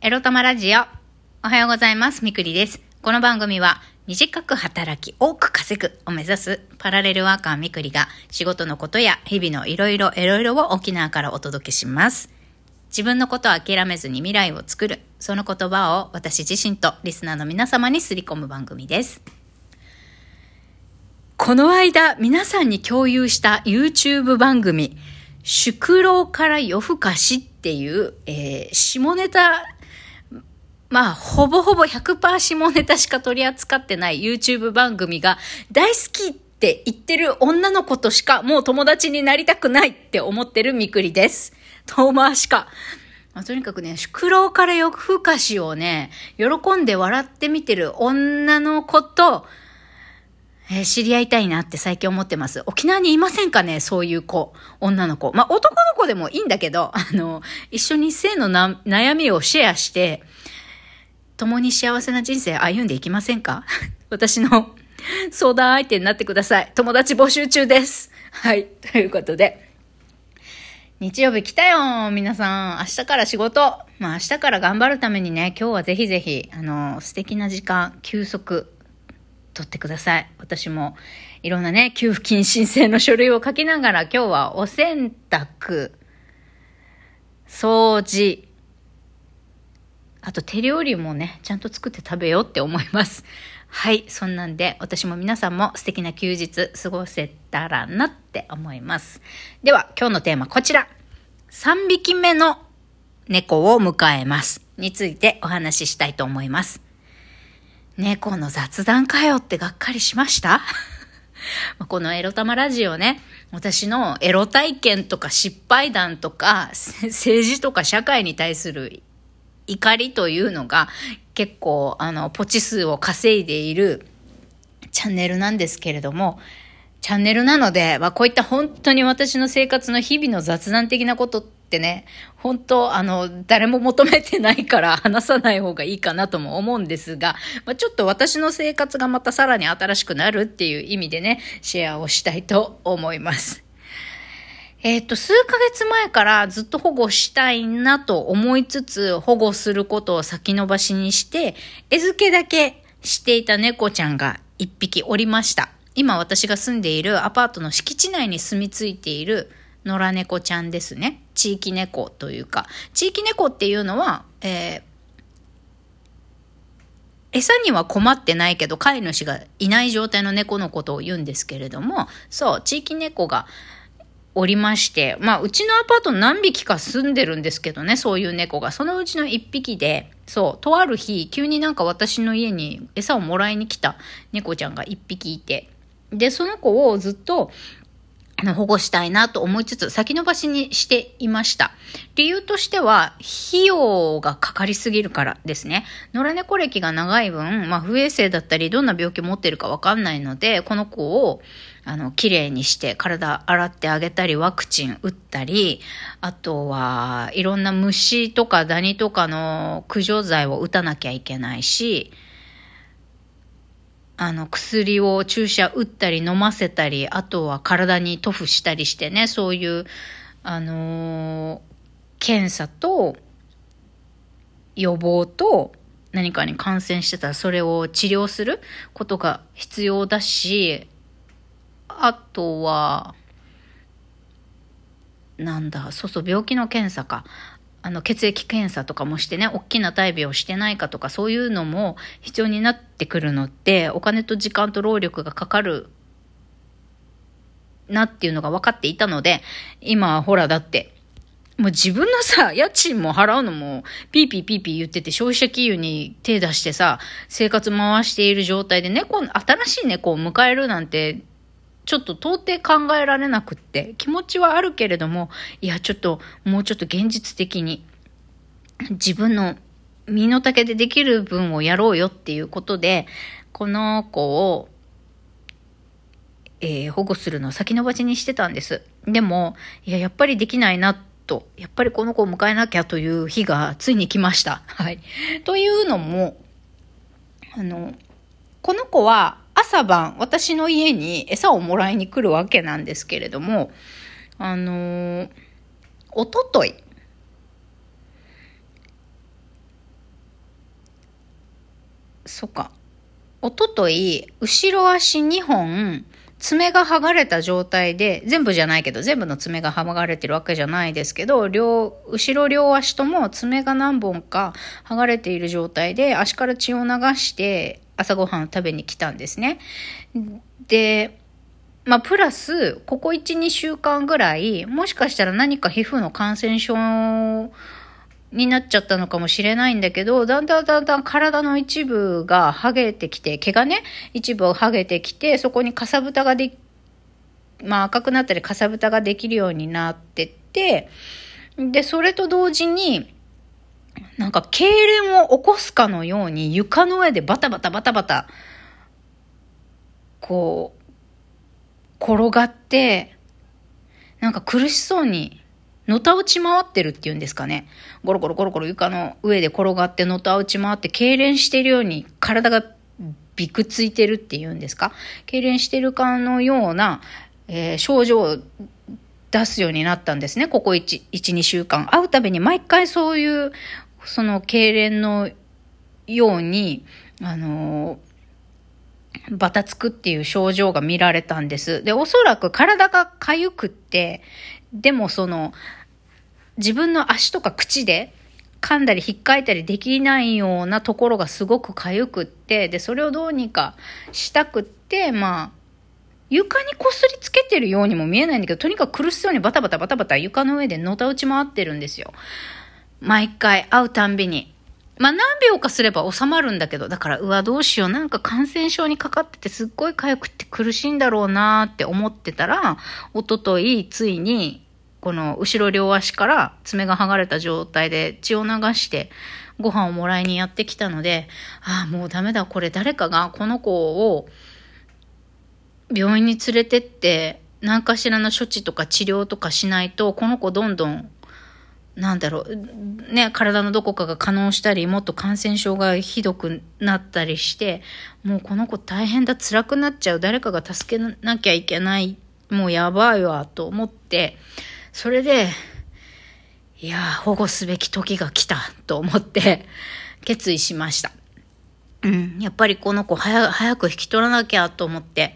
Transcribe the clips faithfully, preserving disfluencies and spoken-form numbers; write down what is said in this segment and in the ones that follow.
エロ玉ラジオ。おはようございます。みくりです。この番組は短く働き多く稼ぐを目指すパラレルワーカーみくりが仕事のことや日々のいろいろいろいろを沖縄からお届けします。自分のことを諦めずに未来を作る、その言葉を私自身とリスナーの皆様にすり込む番組です。この間皆さんに共有した YouTube 番組、宿老から夜更かしっていう、えー、下ネタ、まあ、ほぼほぼ ひゃくパーセント 下ネタしか取り扱ってない YouTube 番組が大好きって言ってる女の子としかもう友達になりたくないって思ってるみくりです。遠回しか。まあ、とにかくね、宿老から夜更かしをね、喜んで笑って見てる女の子と、えー、知り合いたいなって最近思ってます。沖縄にいませんかね、そういう子、女の子。まあ、男の子でもいいんだけど、あの、一緒に性のな悩みをシェアして、共に幸せな人生歩んでいきませんか？私の相談相手になってください。友達募集中です。はい。ということで。日曜日来たよ。皆さん。明日から仕事。まあ明日から頑張るためにね、今日はぜひぜひ、あの、素敵な時間、休息、取ってください。私もいろんなね、給付金申請の書類を書きながら、今日はお洗濯、掃除、あと手料理もね、ちゃんと作って食べようって思います。はい。そんなんで、私も皆さんも素敵な休日過ごせたらなって思います。では、今日のテーマこちら。さんびきめの猫を迎えます。についてお話ししたいと思います。猫の雑談かよってがっかりしましたこのエロ玉ラジオね、私のエロ体験とか失敗談とか政治とか社会に対する怒りというのが結構あのポチ数を稼いでいるチャンネルなんですけれども、チャンネルなので、まあ、こういった本当に私の生活の日々の雑談的なことってね、本当あの誰も求めてないから話さない方がいいかなとも思うんですが、まあ、ちょっと私の生活がまたさらに新しくなるっていう意味でね、シェアをしたいと思います。えっと、数ヶ月前からずっと保護したいなと思いつつ、保護することを先延ばしにして、餌付けだけしていた猫ちゃんが一匹おりました。今私が住んでいるアパートの敷地内に住み着いている野良猫ちゃんですね。地域猫というか、地域猫っていうのは、えー、餌には困ってないけど飼い主がいない状態の猫のことを言うんですけれども、そう、地域猫がおりまして、まあうちのアパート何匹か住んでるんですけどね、そういう猫が。そのうちの一匹で、そう、とある日、急になんか私の家に餌をもらいに来た猫ちゃんが一匹いて、で、その子をずっと保護したいなと思いつつ先延ばしにしていました。理由としては費用がかかりすぎるからですね。野良猫歴が長い分、まあ、不衛生だったりどんな病気持ってるかわかんないので、この子をあのきれいにして体洗ってあげたり、ワクチン打ったり、あとはいろんな虫とかダニとかの駆除剤を打たなきゃいけないし、あの薬を注射打ったり飲ませたり、あとは体に塗布したりしてね、そういうあのー、検査と予防と何かに感染してたらそれを治療することが必要だし、あとはなんだ、そうそう、病気の検査か、あの血液検査とかもしてね、大きな大病をしてないかとか、そういうのも必要になってくるので、お金と時間と労力がかかるなっていうのが分かっていたので、今はほらだってもう自分のさ、家賃も払うのもピーピーピーピー言ってて、消費者金融に手出してさ、生活回している状態で猫、新しい猫を迎えるなんてちょっと到底考えられなくって、気持ちはあるけれども、いやちょっともうちょっと現実的に自分の身の丈でできる分をやろうよっていうことで、この子を、えー、保護するのを先延ばしにしてたんです。でもいややっぱりできないなと、やっぱりこの子を迎えなきゃという日がついに来ました。はい。というのも、あのこの子は朝晩私の家に餌をもらいに来るわけなんですけれども、あのおとといそっか。おととい、後ろ足にほん、爪が剥がれた状態で、全部じゃないけど、全部の爪が剥がれてるわけじゃないですけど、両、後ろ両足とも爪が何本か剥がれている状態で、足から血を流して朝ごはんを食べに来たんですね。で、まあ、プラス、ここいち、にしゅうかんぐらい、もしかしたら何か皮膚の感染症になっちゃったのかもしれないんだけど、だんだんだんだん体の一部が剥げてきて、毛がね、一部を剥げてきて、そこにかさぶたがで、まあ赤くなったりかさぶたができるようになってって、で、それと同時に、なんか痙攣を起こすかのように床の上でバタバタバタバタ、こう、転がって、なんか苦しそうに、のたうち回ってるっていうんですかね。ゴロゴロゴロゴロ床の上で転がってのたうち回って痙攣しているように体がびくついてるっていうんですか。痙攣してるかのような、えー、症状を出すようになったんですね。ここいち、にしゅうかん。会うたびに毎回そういう、その痙攣のように、あのー、バタつくっていう症状が見られたんです。で、おそらく体が痒くって、でもその、自分の足とか口で噛んだり引っかいたりできないようなところがすごく痒くって、で、それをどうにかしたくって、まあ、床にこすりつけてるようにも見えないんだけど、とにかく苦しそうにバタバタバタバタ床の上でのたうち回ってるんですよ。毎回会うたんびに。まあ何秒かすれば収まるんだけど、だからうわどうしよう、なんか感染症にかかっててすっごい痒くって苦しいんだろうなって思ってたら、一昨日ついにこの後ろ両足から爪が剥がれた状態で血を流してご飯をもらいにやってきたので、ああもうダメだ、これ誰かがこの子を病院に連れてって何かしらの処置とか治療とかしないと、この子どんどんなんだろうね、体のどこかが化膿したり、もっと感染症がひどくなったりして、もうこの子大変だ、辛くなっちゃう、誰かが助けなきゃいけない、もうやばいわと思って、それでいや保護すべき時が来たと思って決意しました。うん、やっぱりこの子早早く引き取らなきゃと思って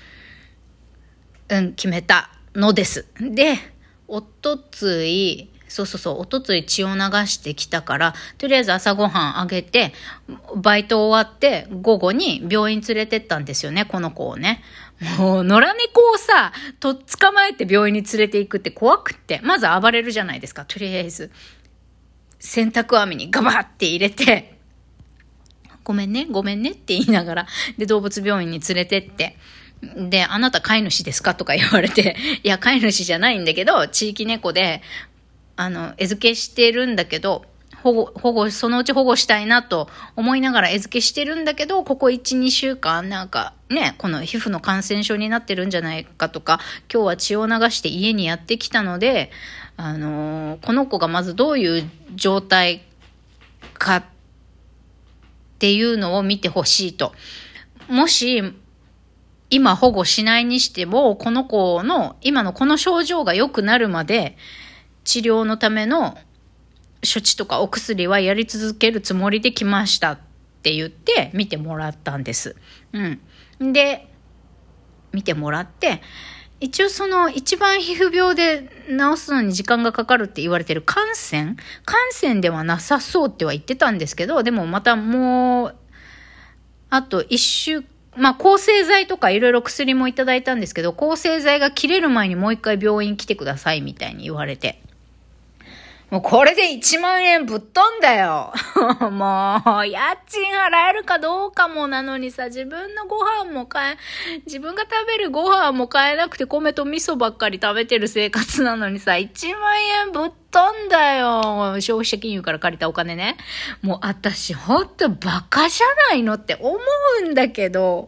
うん決めたのです。で、おとついそうそうそう、おとつい血を流してきたから、とりあえず朝ごはんあげて、バイト終わって、午後に病院連れてったんですよね、この子をね。もう、野良猫をさ、と捕まえて病院に連れて行くって怖くって、まず暴れるじゃないですか、とりあえず。洗濯網にガバって入れて、ごめんね、ごめんねって言いながら、で、動物病院に連れてって、で、あなた飼い主ですかとか言われて、いや、飼い主じゃないんだけど、地域猫で、あの、餌付けしてるんだけど、保護、保護、そのうち保護したいなと思いながら餌付けしてるんだけど、ここいち、にしゅうかん、なんかね、この皮膚の感染症になってるんじゃないかとか、今日は血を流して家にやってきたので、あのー、この子がまずどういう状態かっていうのを見てほしいと。もし、今保護しないにしても、この子の今のこの症状が良くなるまで、治療のための処置とかお薬はやり続けるつもりで来ましたって言って見てもらったんです。うん。で、見てもらって、一応その一番皮膚病で治すのに時間がかかるって言われてる感染感染ではなさそうっては言ってたんですけど、でもまたもう、あと一週、まあ抗生剤とかいろいろ薬もいただいたんですけど、抗生剤が切れる前にもう一回病院来てくださいみたいに言われて。もうこれでいちまんえんぶっ飛んだよ。もう、家賃払えるかどうかもなのにさ、自分のご飯も買え、自分が食べるご飯も買えなくて米と味噌ばっかり食べてる生活なのにさ、いちまんえんぶっ飛んだよ。消費者金融から借りたお金ね。もう私ほんとバカじゃないのって思うんだけど、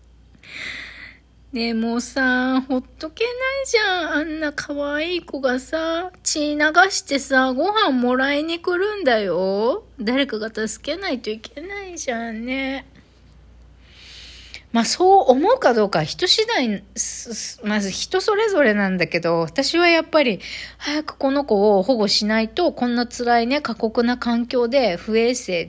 でもさ、ほっとけないじゃん。あんな可愛い子がさ、血流してさ、ご飯もらいに来るんだよ。誰かが助けないといけないじゃんね。まあそう思うかどうか人次第、まず人それぞれなんだけど、私はやっぱり早くこの子を保護しないと、こんな辛いね、過酷な環境で不衛生で、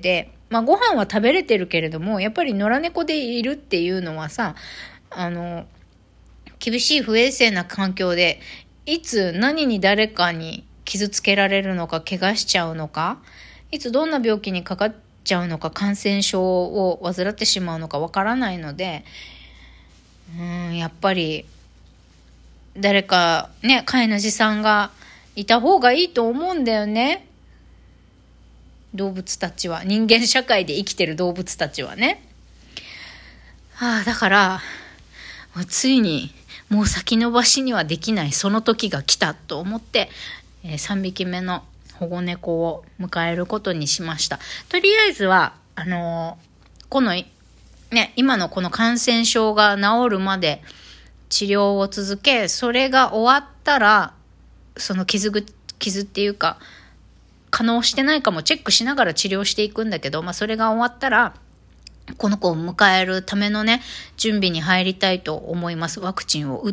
まあご飯は食べれてるけれども、やっぱり野良猫でいるっていうのはさ、あの、厳しい不衛生な環境で、いつ何に誰かに傷つけられるのか、怪我しちゃうのか、いつどんな病気にかかっちゃうのか、感染症を患ってしまうのかわからないので、うーん、やっぱり誰かね、飼い主さんがいた方がいいと思うんだよね。動物たちは、人間社会で生きてる動物たちはね。はあ、だからついにもう先延ばしにはできないその時が来たと思って、えー、さんびきめの保護猫を迎えることにしました。とりあえずはあのー、このね今のこの感染症が治るまで治療を続け、それが終わったらその傷ぐ傷っていうか可能してないかもチェックしながら治療していくんだけど、まあ、それが終わったらこの子を迎えるためのね準備に入りたいと思います。ワクチンを打って、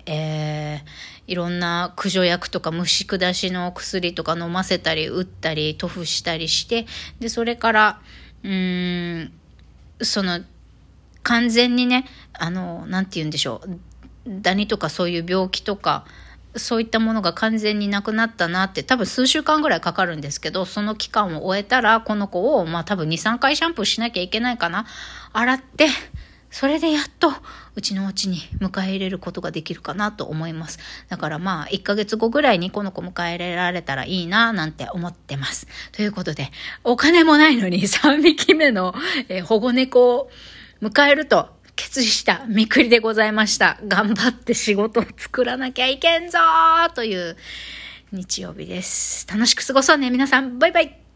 えー、いろんな駆除薬とか虫下しの薬とか飲ませたり打ったり塗布したりして、でそれからうーんその完全にねあのなんて言うんでしょう、ダニとかそういう病気とかそういったものが完全になくなったなって、多分数週間ぐらいかかるんですけど、その期間を終えたらこの子をまあ多分 にさんかいシャンプーしなきゃいけないかな、洗って、それでやっとうちのお家に迎え入れることができるかなと思います。だからまあいっかげつごぐらいにこの子迎え入れられたらいいななんて思ってます。ということでお金もないのにさんびきめの、えー、保護猫を迎えると決意したみくりでございました。頑張って仕事を作らなきゃいけんぞーという日曜日です。楽しく過ごそうね皆さん。バイバイ。